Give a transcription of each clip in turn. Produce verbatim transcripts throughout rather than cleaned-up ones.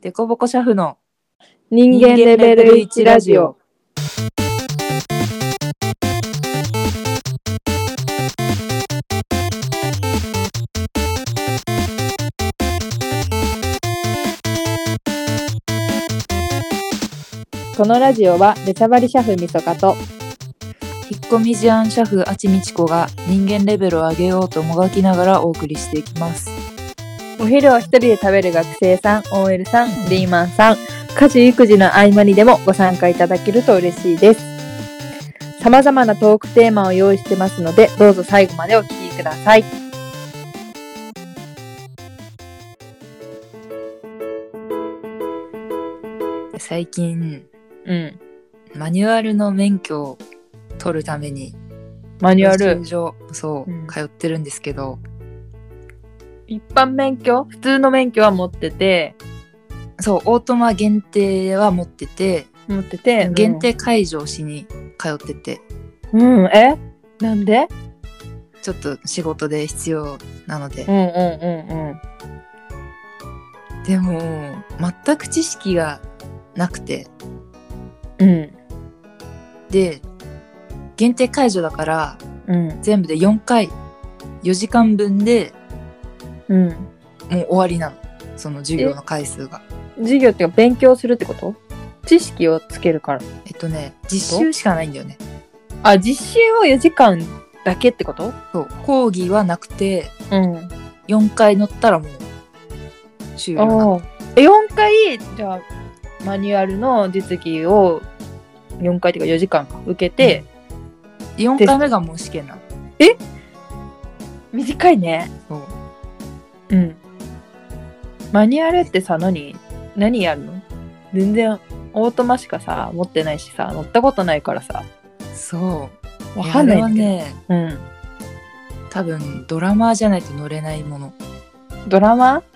デコボコシャフの人間レベルいちラジオ。このラジオは出しゃばりシャフみそかと引っ込み思案シャフあちみちこが人間レベルを上げようともがきながらお送りしていきます。 お昼を一人で食べる学生さん、オーエル さん、リーマンさん、家事育児の合間にでもご参加いただけると嬉しいです。様々なトークテーマを用意してますので、どうぞ最後までお聞きください。 最近、 うん。 マニュアルの免許を取るためにマニュアル。 上そう、 うん、 通ってるんですけど、 一般免許、普通の免許は持ってて、 そうオートマ限定は持ってて、 持ってて、 限定解除しに通ってて、 うん、うん、え、なんで？ ちょっと仕事で必要なので、 うんうんうんうん。でも全く知識がなくて、 うん。 で限定解除だから、 うん、 全部でよんかいよじかんぶんで、 うん、 もう終わりなの、その授業の回数が。 授業っていうか勉強するってこと？知識をつけるから。 えっとね実習しかないんだよね。 あ、実習をよじかんだけってこと？ そう、講義はなくて、 うん、 よんかい乗ったらもう終了なの。 え、よんかいじゃあマニュアルの実技をよんかいっていうかよじかんか受けて、 うん、よんかいめがもう試験なの。 え、短いね。 そう、 うん。マニュアルってさ、何何やるの？全然オートマしかさ持ってないしさ、乗ったことないからさ、 そうわかんないんだけど。 ね、うん、多分ドラマーじゃないと乗れないもの。 ドラマ？ うん、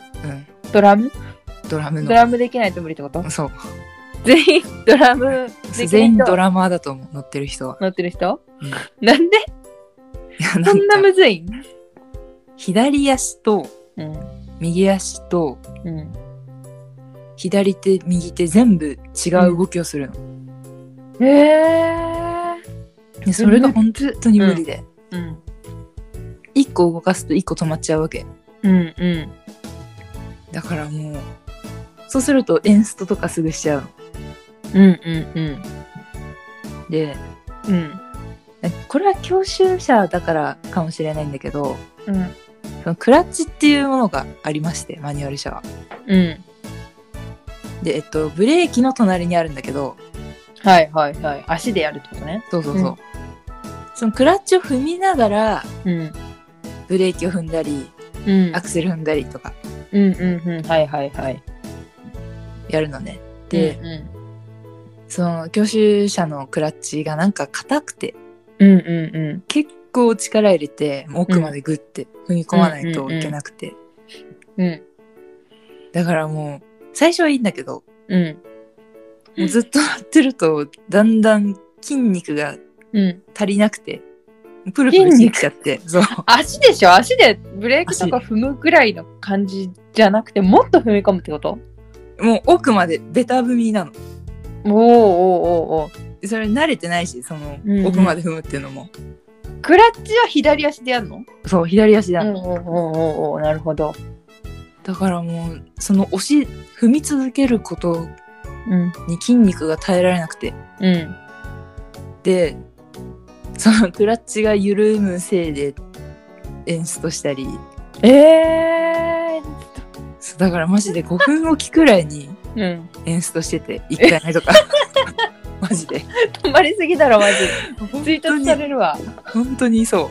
ドラム？ ドラムのドラムできないと無理ってこと？ そう、 全員ドラムできない人。 全員ドラマーだと思う、乗ってる人は。 乗ってる人？ うん、 なんで？ いや、 そんなむずいん？ 左足と、 うん、 右足と、 うん、 左手右手全部違う動きをするの。 うん、へー。それが本当に無理で、 うんうん、 いっこ動かすといっこ止まっちゃうわけ。 うんうん。 だからもうそうするとエンストとかすぐしちゃうの。 うんうんうん。 で、 うん、 これは教習者だからかもしれないんだけど、 うん、 そのクラッチっていうものがありまして、マニュアル車は。 うん。 で、えっとブレーキの隣にあるんだけど、 はいはいはい、足でやるってことね。 そうそうそう。うん、そのクラッチを踏みながら、うん、ブレーキを踏んだり、うん、アクセル踏んだりとか、 うんうんうん、はいはいはい、 やるのね。で、 うんうん、 その教習車のクラッチがなんか硬くて、 うんうんうん、 結構力入れて奥までグッて踏み込まないといけなくて、 うんうんうん、 だからもう最初はいいんだけど、 うん、 もうずっと乗ってるとだんだん筋肉が足りなくて、うん、プルプルしてきちゃって。そう、 足でしょ？足でブレーキとか踏むぐらいの感じじゃなくて、もっと踏み込むってこと？ もう奥までベタ踏みなの。 おーおーおーおー、 それ慣れてないし、その奥まで踏むっていうのも、うんうん、 クラッチは左足でやるの？ そう、左足でやるの。 おーおーおーおー、なるほど。 だからもうその押し踏み続けることに筋肉が耐えられなくて、うん、でそのクラッチが緩むせいでエンストしたり、えー、だからマジでごふんおきくらいにエンストしてて、いっかいめとかマジで止まりすぎだろマジで。ツイートされるわ。 本当にそう、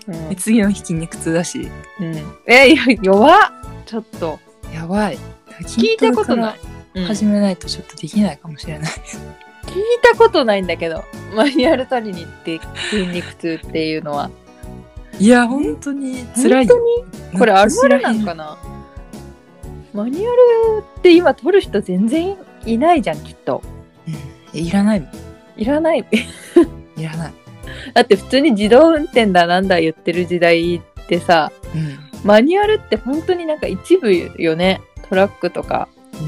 うん、次の日筋肉痛だし、 うん、えー、弱っ、ちょっとやばい。 聞いたことない。 始めないとちょっとできないかもしれない。 聞いたことないんだけど、マニュアル取りに行って筋肉痛っていうのは。 いや本当に辛い。 本当にこれあるあるなんかな。マニュアルって今取る人全然いないじゃん、きっと。 うん、いらないの。 いらない。 いらない。 だって普通に自動運転だなんだ言ってる時代ってさ、うん、マニュアルって本当になんか一部よね。トラックとかね、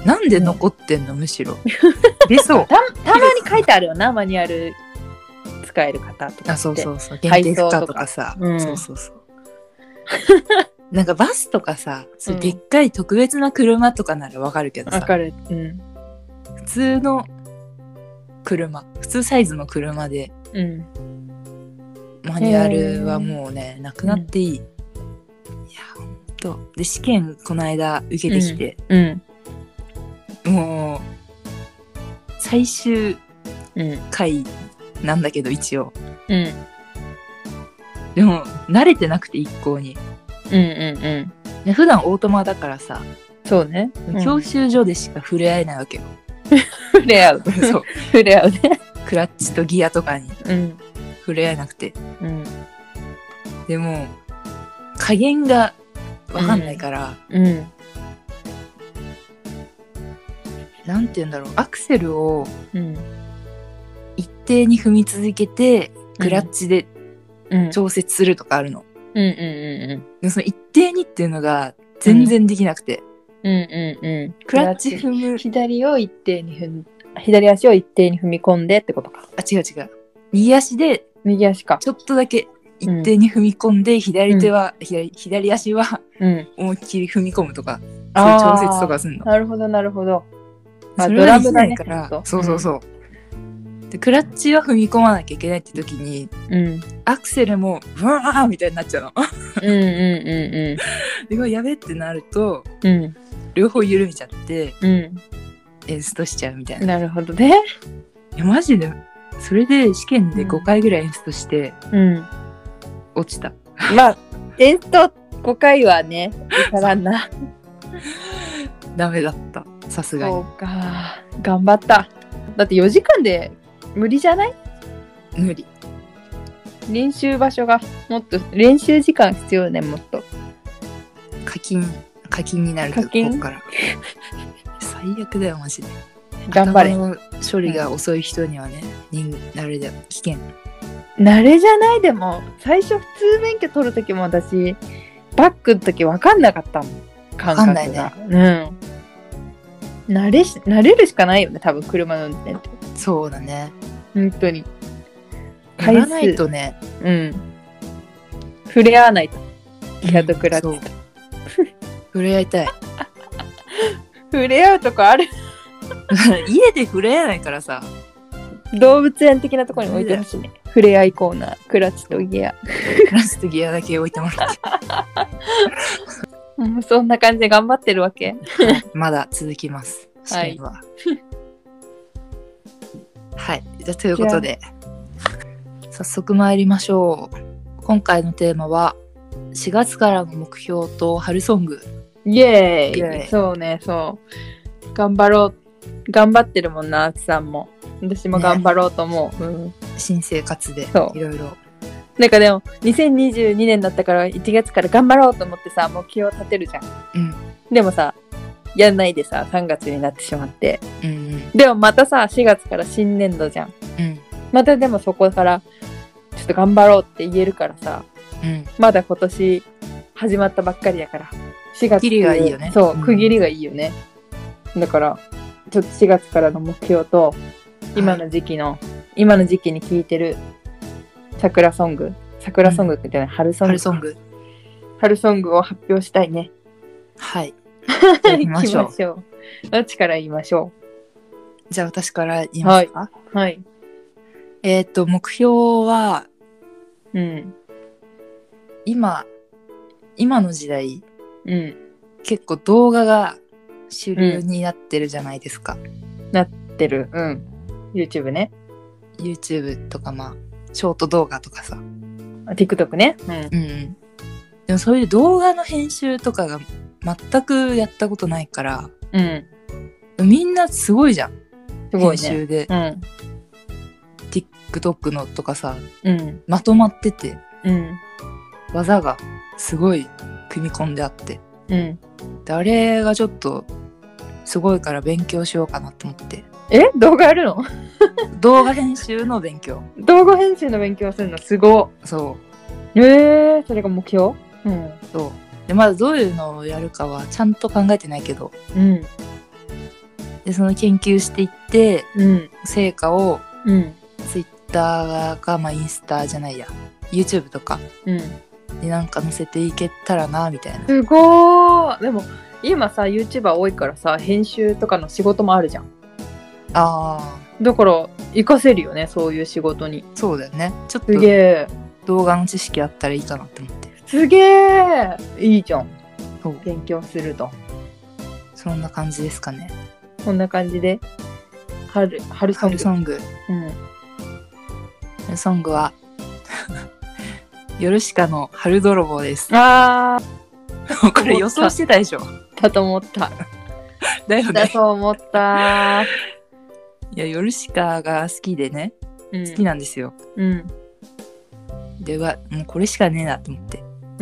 なんで残ってんの、むしろ。出そう。 た、たまに書いてあるよな、マニュアル使える方とかって。 あ、そうそうそう。限定負荷とかさ。うん、そうそうそう。なんかバスとかさ、そう、でっかい特別な車とかならわかるけどさ。 わかる。うん。 普通の車、普通サイズの車で、うん、マニュアルはもうね、なくなっていい。うん、いや、ほんと。で、試験この間受けてきて、うんうん、もう、最終回なんだけど、一応。うん。でも、慣れてなくて、一向に。うんうんうん。普段オートマだからさ。 そうね。 教習所でしか触れ合えないわけよ。 触れ合う。そう。触れ合うね。 クラッチとギアとかに触れ合えなくて。うん。でも、加減がわかんないから、うん。うん、なんて言うんだろう、アクセルを一定に踏み続けて、クラッチで調節するとかあるの。うんうんうんうん。でもその一定にっていうのが全然できなくて。うんうんうん。クラッチ踏む。 左を一定に踏む。左足を一定に踏み込んでってことか。 あ、違う違う。右足で、 右足か。 ちょっとだけ一定に踏み込んで、うん、左手は、うん、左、左足は思いっきり踏み込むとか、うん、そういう調節とかするの。 なるほどなるほど。 それはできないから、ね、そうそうそう。うん、でクラッチは踏み込まなきゃいけないって時に、うん、アクセルもブワーみたいになっちゃうの。うんうんうんうん。でやべってなると、うん、両方緩めちゃって、うん、エンストしちゃうみたいな。 なるほどね。 いやマジでそれで試験でごかいぐらいエンストして、うん、落ちた。 まあエンストごかいはねいからんな。 ダメだった。さすがに。 そうか、頑張った。だってよじかんで無理じゃない？ 無理。 練習場所がもっと練習時間必要ね、もっと。 課金課金になるとここから最悪だよマジで。 頑張れ。 頭の処理が遅い人にはね、うん、慣れだよ、危険。 慣れじゃない。でも最初普通免許取る時も私バックの時分かんなかったもん、感覚が。分かんないね。うん。慣れし慣れるしかないよね、多分車の運転って。 そうだね。 本当に。 やらないとね。 うん。触れ合わないと。ギアとクラッチと。 触れ合いたい。 触れ合うとこある。 家で触れ合えないからさ。 動物園的なところに置いてほしいね。触れ合いコーナー、クラッチとギア。 クラッチとギアだけ置いてもらって。 うん、そんな感じで頑張ってるわけ。 まだ続きます。試験は。はい。はい。じゃあということで、早速参りましょう。今回のテーマは、しがつからの目標と春ソング。 イエーイ。イエーイ。そうね、そう。頑張ろう。頑張ってるもんな、あつさんも。私も頑張ろうと思う。ね、うん、 新生活でいろいろ。 なんかでもにせんにじゅうにねんだったからいちがつから頑張ろうと思ってさ、目標を立てるじゃん。うん。でもさ、やんないでさ、さんがつになってしまって。うんうん。でもまたさ、しがつから新年度じゃん。うん。またでもそこからちょっと頑張ろうって言えるからさ。うん。まだ今年始まったばっかりだから。しがつ。 区切りがいいよね。 そう、区切りがいいよね。うん、だからちょっとしがつからの目標と今の時期の、はい、今の時期に聴いてる桜ソング、桜ソングって言ってない、うん、春ソング。春ソング。春ソングを発表したいね。 はい。 行きましょう。行きましょう。どっちから言いましょう。じゃあ私から言いますか。はい。はい、えっと目標は、うん。今今の時代、うん、結構動画が主流になってるじゃないですか。 うん、なってる。うん。YouTube ね。 YouTube とかまあショート動画とかさ。 TikTok ね。うん。うん。 でもそういう動画の編集とかが全くやったことないから。うん。みんなすごいじゃん。すごいね。編集で。うん。TikTok のとかさ、うん、まとまってて、うん、技がすごい組み込んであって、うん、であれがちょっとすごいから勉強しようかなと思って。 え、動画あるの？ 動画編集の勉強。 動画編集の勉強するのすごい。 そう。 えー、それが目標？うん。 そう。でまだどういうのをやるかはちゃんと考えてないけど、うん。 でその研究していって、 うん、 成果を、 うん、 ツイッターか、まあ、インスタじゃないや YouTube とか、うん、でなんか載せていけたらなみたいな。 すごー。でも今さ YouTuber 多いからさ編集とかの仕事もあるじゃん。 あーだから活かせるよねそういう仕事に。 そうだよね。ちょっとすげえ動画の知識あったらいいかなって思って。 すげえいいじゃん。そう勉強すると。 そんな感じですかね。 こんな感じで春春ソング。 春ソング。うん。春ソングはヨルシカの春泥棒です。 ああ。これ予想してたでしょ。 だと思った。 だよね。 だと思った。 いやヨルシカが好きでね、うん、好きなんですよ。 うん。 ではもうこれしかねえなと思って。 うん。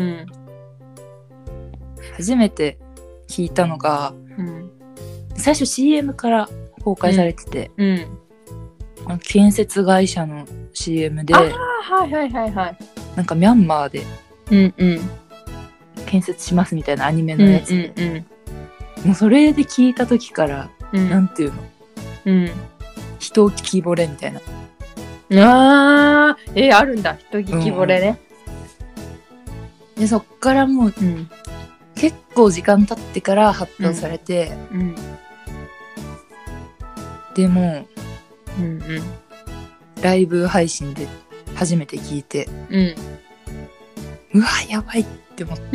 初めて聞いたのが、 うん、 最初 シーエム から公開されてて、 うんうん、建設会社の シーエム で、あーはいはいはいはい、 なんかミャンマーで建設しますみたいなアニメのやつで、 うんうんうん、 もうそれで聞いた時から、うん、なんていうの、 うん、 人聞き惚れみたいな。 あーえー、あるんだ人聞き惚れね、 うん、でそっからもう、うん、結構時間経ってから発表されて、 うんうん、 でも、 うんうん、 ライブ配信で初めて聞いて、 うん、 うわやばいって思って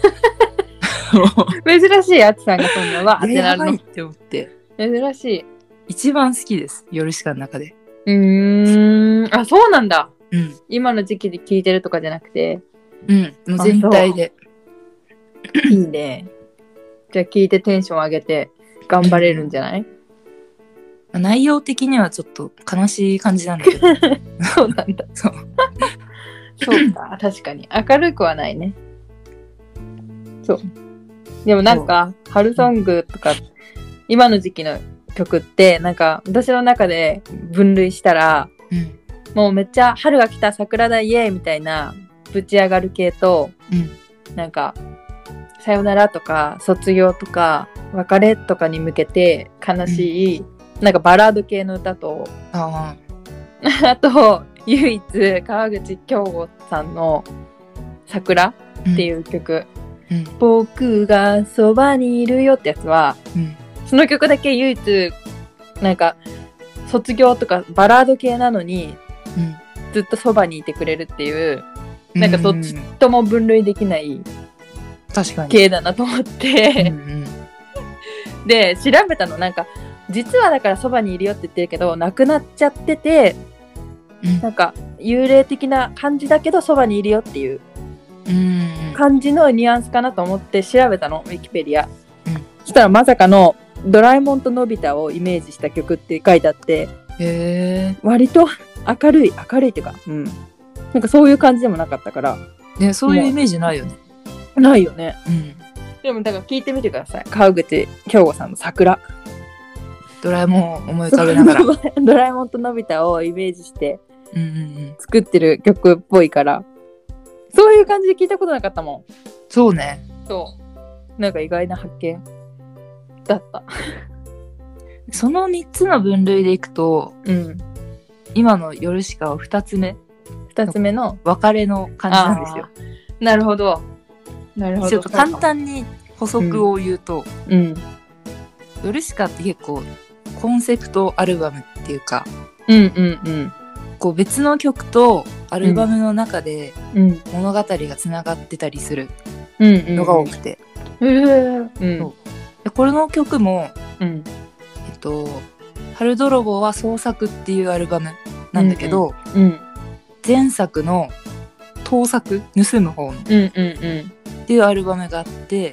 珍しいやつさんがそんなわってなるの。 やばいって思って珍しい。 一番好きですヨルシカの中で。 うーんあそうなんだ、 うん、 今の時期で聞いてるとかじゃなくて、 うんもう全体でいいね。じゃあ聞いてテンション上げて頑張れるんじゃない？ 内容的にはちょっと悲しい感じなんだけどそうなんだ。 そうそうか確かに明るくはないね。そうでもなんか春ソングとか今の時期の曲ってなんか私の中で分類したら、 うん、 もうめっちゃ春が来た桜だイエーイみたいなぶち上がる系と、 うん、 なんかさよならとか卒業とか別れとかに向けて悲しい、うん、なんかバラード系の歌と、 あ, あと唯一川口京吾さんの桜っていう曲、うん、僕がそばにいるよってやつは、うん、その曲だけ唯一なんか卒業とかバラード系なのに、うん、ずっとそばにいてくれるっていうなんかどっちとも分類できない系だなと思ってうん、うん、で調べたのなんか実はだからそばにいるよって言ってるけど亡くなっちゃってて、うん、なんか幽霊的な感じだけどそばにいるよっていう感じのニュアンスかなと思って調べたのウィキペディア、うん、そしたらまさかのドラえもんとのび太をイメージした曲って書いてあって、 へー割と明るい明るいっていうか、うん、なんかそういう感じでもなかったから、 ね、そういうイメージないよね。 ないよね、 うん、 でもだから聞いてみてください。川口京吾さんの桜。 ドラえもんを思い浮かべながらドラえもんとのび太をイメージしてうんうんうん、 作ってる曲っぽいからそういう感じで聞いたことなかったもん。 そうね。 そうなんか意外な発見だったそのみっつの分類でいくと、 うん、 今のヨルシカはふたつめふたつめの別れの感じなんですよ。 なるほどなるほど。 ちょっと簡単に補足を言うと、 うん、 ヨルシカって結構コンセプトアルバムっていうか、 うんうんうん、 こう別の曲とアルバムの中で物語がつながってたりするのが多くて、 うんうんうん、 そうでこれの曲も、 うんえっと「春泥棒」は創作っていうアルバムなんだけど、 うんうん、 前作の盗作盗む方の、 うんうんうん、 っていうアルバムがあって、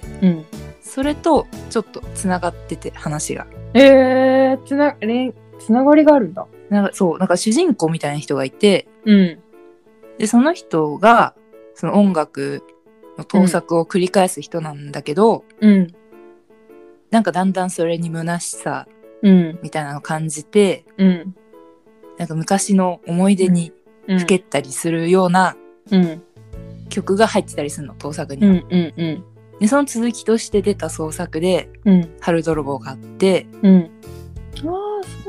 うん、 それとちょっとつながってて話がえー、つなれつながりがあるんだ。 なんかそうなんか主人公みたいな人がいて、 うん、 でその人がその音楽の盗作を繰り返す人なんだけど、 うん、 なんかだんだんそれに虚しさみたいなのを感じて、 うん、 なんか昔の思い出にふけったりするような曲が入ってたりするの盗作には、 うんうんうん、 でその続きとして出た創作で、 うん、 春泥棒があって、 うん、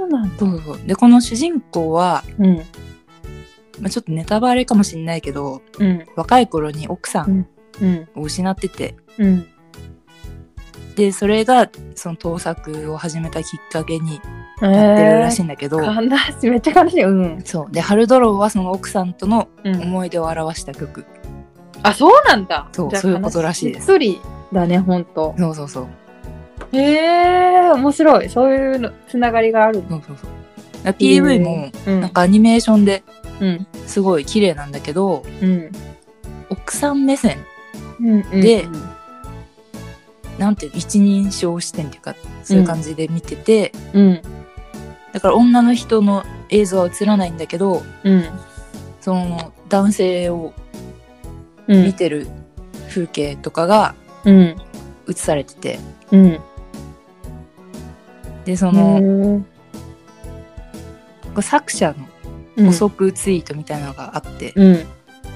そうなんだ。 そうそう。でこの主人公は、 うんまあ、ちょっとネタバレかもしれないけど、 うん、 若い頃に奥さんうんを失ってて、 うん、 でそれがその盗作を始めたきっかけになってるらしいんだけど、 えー、悲しい、めっちゃ悲しい。うん。 そうで春泥はその奥さんとの思い出を表した曲、うん、 あ、そうなんだ。 そうそういうことらしいです。 一人だね、ほんと。 そうそうそう。 へえー、面白い。そういうのつながりがある。 そうそうそう。ピーブイ もなんかアニメーションですごい綺麗なんだけど、うん、奥さん目線で、うんうんうん、なんていう一人称視点っていうかそういう感じで見てて、うん、だから女の人の映像は映らないんだけど、うん、その男性を見てる風景とかが映されてて、うん、でその作者の補足ツイートみたいなのがあって、うん、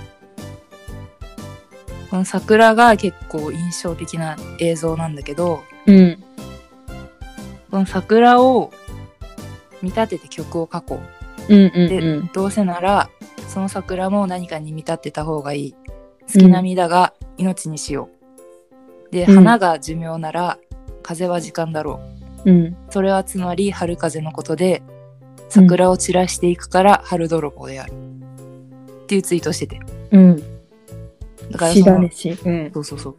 この桜が結構印象的な映像なんだけど、うん、この桜を見立てて曲を書こう、うんうんうん、でどうせならその桜も何かに見立てた方がいい、月並みだが命にしよう、で、うん、花が寿命なら風は時間だろう、うん、それはつまり春風のことで桜を散らしていくから春泥棒であるっていうツイートしてて、うん、だからその、ねしうん、そうそうそう、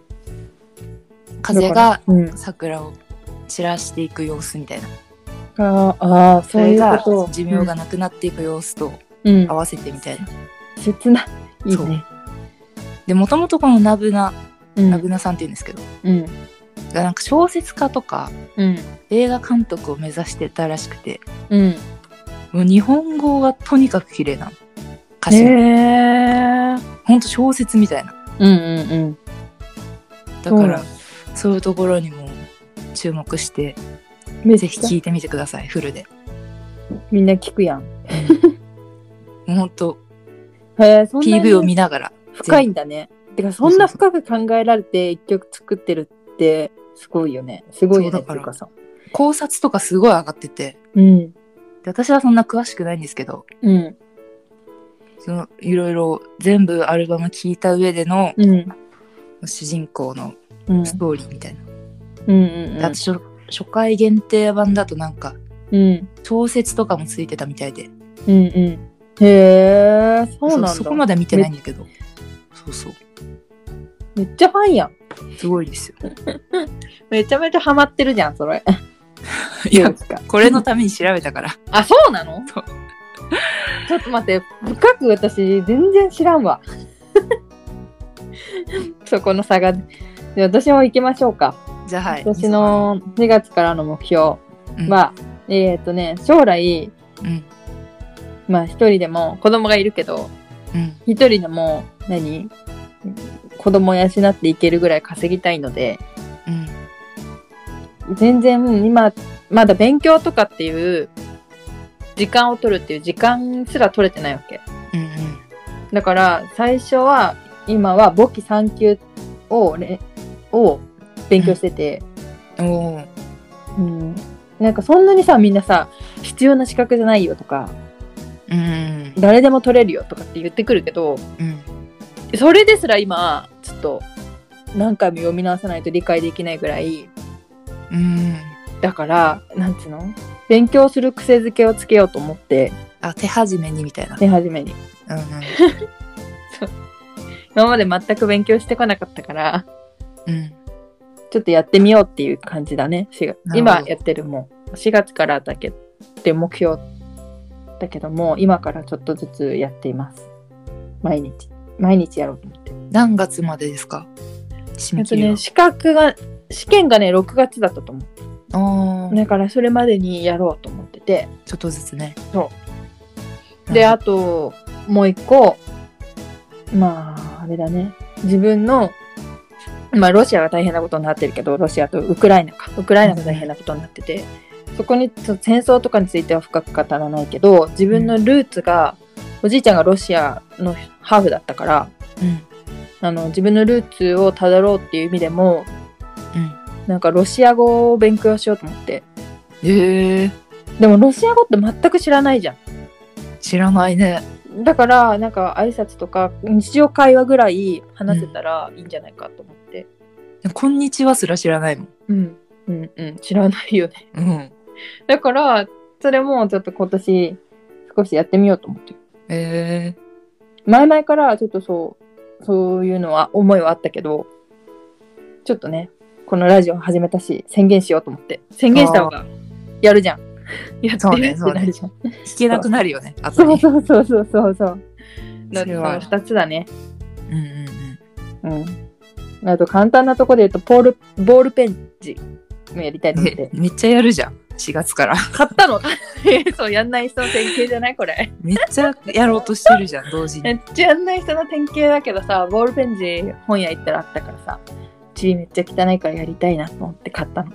風が桜を散らしていく様子みたいな、 ああ、そういうこと、 それが寿命がなくなっていく様子と合わせてみたいな、 うん、切ない、いいね。 でもともとこのナブナ、うん、ナブナさんって言うんですけど、うん、がなんか小説家とか、うん、映画監督を目指してたらしくて、うん、もう日本語がとにかく綺麗な歌詞が、ほんと小説みたいな、うんうんうん、だからそういうところにも注目してぜひ聴いてみてください、フルで。 みんな聞くやん。もうほんと ピーブイ を見ながら。 深いんだね。てかそんな深く考えられて一曲作ってるってすごいよね。すごいよねっていうかさ。 考察とかすごい上がってて、うん、で私はそんな詳しくないんですけど、うん、そのいろいろ全部アルバム聴いた上での、うん、主人公のストーリーみたいな。うんうんうんうん、で私初回限定版だとなんか、うん、小説とかもついてたみたいで、うんうん、 へえ、そうなんだ。 そ, そこまでは見てないんだけど、そうそう、 めっちゃファンやん。 すごいですよ。 めちゃめちゃハマってるじゃんそれ。 いやこれのために調べたから。 あ、そうなの？そう。ちょっと待って、深く私全然知らんわ。そこの差が。で私も行きましょうか。 じゃあはい。 私のしがつからの目標は、うん、えっ、ー、とね、将来、うん、まあ一人でも子供がいるけど、うん、一人でも何子供を養っていけるぐらい稼ぎたいので、うん、全然今まだ勉強とかっていう時間を取るっていう時間すら取れてないわけ、うんうん、だから最初は今は簿記さん級を、ね、を勉強してて、うんうん、なんかそんなにさみんなさ必要な資格じゃないよとか、うん、誰でも取れるよとかって言ってくるけど、うん、それですら今ちょっと何回も読み直さないと理解できないぐらい、うん、だからなんつうの勉強する癖づけをつけようと思って、 あ、手始めにみたいな、 手始めに、うんうん、そう今まで全く勉強してこなかったから、うん、ちょっとやってみようっていう感じだね。今やってるもうしがつからだけって目標だけども今からちょっとずつやっています。毎日毎日やろうと思って。 何月までですか？締め切りは。 ね、資格が試験がねろくがつだったと思う。あだからそれまでにやろうと思ってて、 ちょっとずつね。 そうで、あともう一個、まああれだね、自分のまあロシアが大変なことになってるけど、ロシアとウクライナかウクライナが大変なことになってて、うん、そこに戦争とかについては深く語らないけど、自分のルーツが、うん、おじいちゃんがロシアのハーフだったから、うん、あの自分のルーツをたどろうっていう意味でも、うん、なんかロシア語を勉強しようと思って、 へーでもロシア語って全く知らないじゃん。 知らないね。 だからなんか挨拶とか日常会話ぐらい話せたらいいんじゃないかと思って、 うん、こんにちはすら知らないもん。 うんうんうん、知らないよね。 うん。 だからそれもちょっと今年少しやってみようと思ってる。 えー、前々からちょっとそうそういうのは思いはあったけど、ちょっとねこのラジオ始めたし宣言しようと思って。宣言した方がやるじゃん。やってるってなるじゃん。 ねね、聞けなくなるよね。 あとにそうそうそうそうそう。だってそのふたつだね。 うんうんうん。 うん。あと簡単なとこで言うとポールボールペン字もやりたいと思って。 めっちゃやるじゃん。しがつから。 買ったのそう、やんない人の典型じゃないこれ。 めっちゃやろうとしてるじゃん、同時に。 めっちゃやんない人の典型だけどさ、ボールペン字本屋行ったらあったからさ、字めっちゃ汚いからやりたいなと思って買ったの。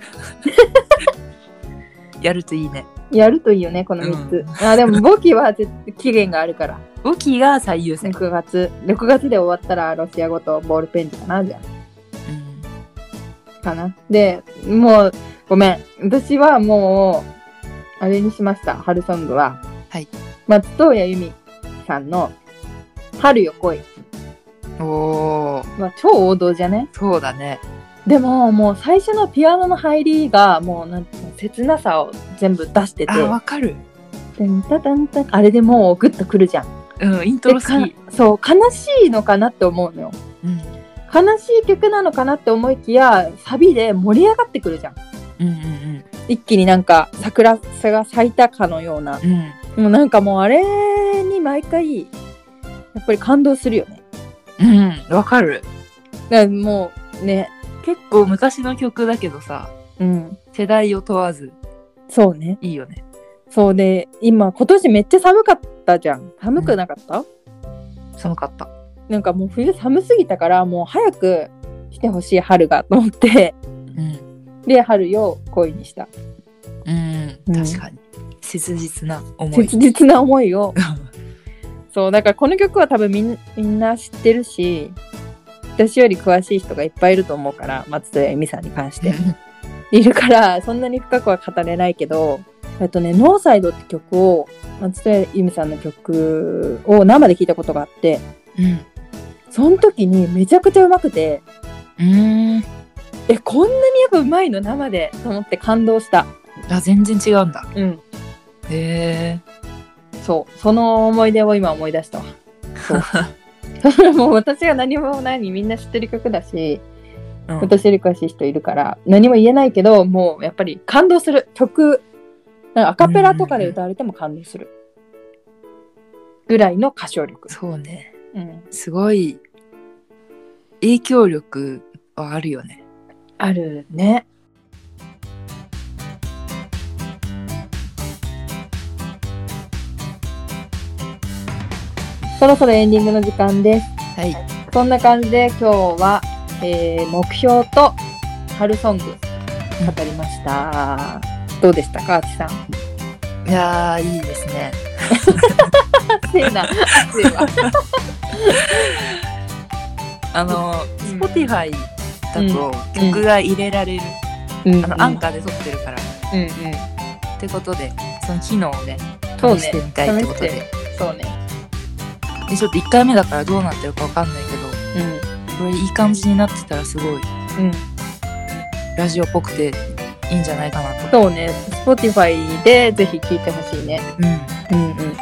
やるといいね。 やるといいよね、このみっつ。うん、あでも簿記は期限があるから。 簿記が最優先。 ろくがつ。ろくがつで終わったらロシア語とボールペン字かな、じゃあ。うん。かな。で、もう、ごめん。私はもう、あれにしました。春ソングは。 はい。 松任谷由実さんの春よ来い。 おー。 まあ、超王道じゃね？ そうだね。 でも、もう最初のピアノの入りが、もうなんていうの、切なさを全部出してて。 あ、わかる。 てんたたんたん、あれでもうグッとくるじゃん。 うん、イントロ好き。 そう、悲しいのかなって思うのよ。うん。悲しい曲なのかなって思いきや、サビで盛り上がってくるじゃん。うんうんうん。一気になんか桜が咲いたかのような。うん。もうなんかもうあれに毎回、やっぱり感動するよね。 うん、わかる。 だからもうね、 結構昔の曲だけどさ、うん、世代を問わず、 そうね、 いいよね。 そうで、今今年めっちゃ寒かったじゃん。寒くなかった？うん、 寒かった。 なんかもう冬寒すぎたからもう早く来てほしい春がと思って、うん、で春よ恋にした。 うん、確かに、うん、切実な思い。 切実な思いを。そうだからこの曲は多分みん、みんな知ってるし。私より詳しい人がいっぱいいると思うから、松任谷由実さんに関しているからそんなに深くは語れないけど、えっとね、ノーサイドって曲を松任谷由実さんの曲を生で聴いたことがあって、うん、その時にめちゃくちゃうまくて、うーんえこんなにやっぱうまいの生でと思って感動した。 あ、全然違うんだ。 うん。 へえ。 そうその思い出を今思い出したわ。そうもう私が何もないにみんな知ってる曲だし、うん、私より詳しい人いるから何も言えないけど、もうやっぱり感動する曲、なんかアカペラとかで歌われても感動するぐらいの歌唱力。 そうね、うん、すごい影響力はあるよね。 あるね。そろそろエンディングの時間です。 はい。 そんな感じで今日は、えー、目標と春ソング語りました。うん、どうでしたか、あきさん。 いやー、いいですね。 せいな、せいわ。 あの、うん、Spotify だと曲が入れられる。うん、あの、うん、アンカーで撮ってるから。うんうん。ってことで、その機能をね、試してみたいってことで。 そうね。 でちょっといっかいめだからどうなってるかわかんないけど、うん、これいい感じになってたらすごい、うん、ラジオっぽくていいんじゃないかなと。 そうね、Spotify でぜひ聴いてほしいね。うん。うんうんうん。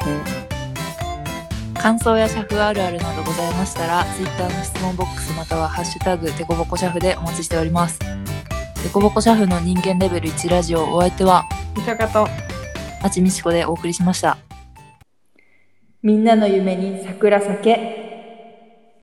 感想やシャフあるあるなどございましたら、Twitter の質問ボックスまたはハッシュタグデコボコシャフでお待ちしております。デコボコシャフの人間レベルいちラジオ、お相手はみさかとあちみちこでお送りしました。 みんなの夢に桜咲け。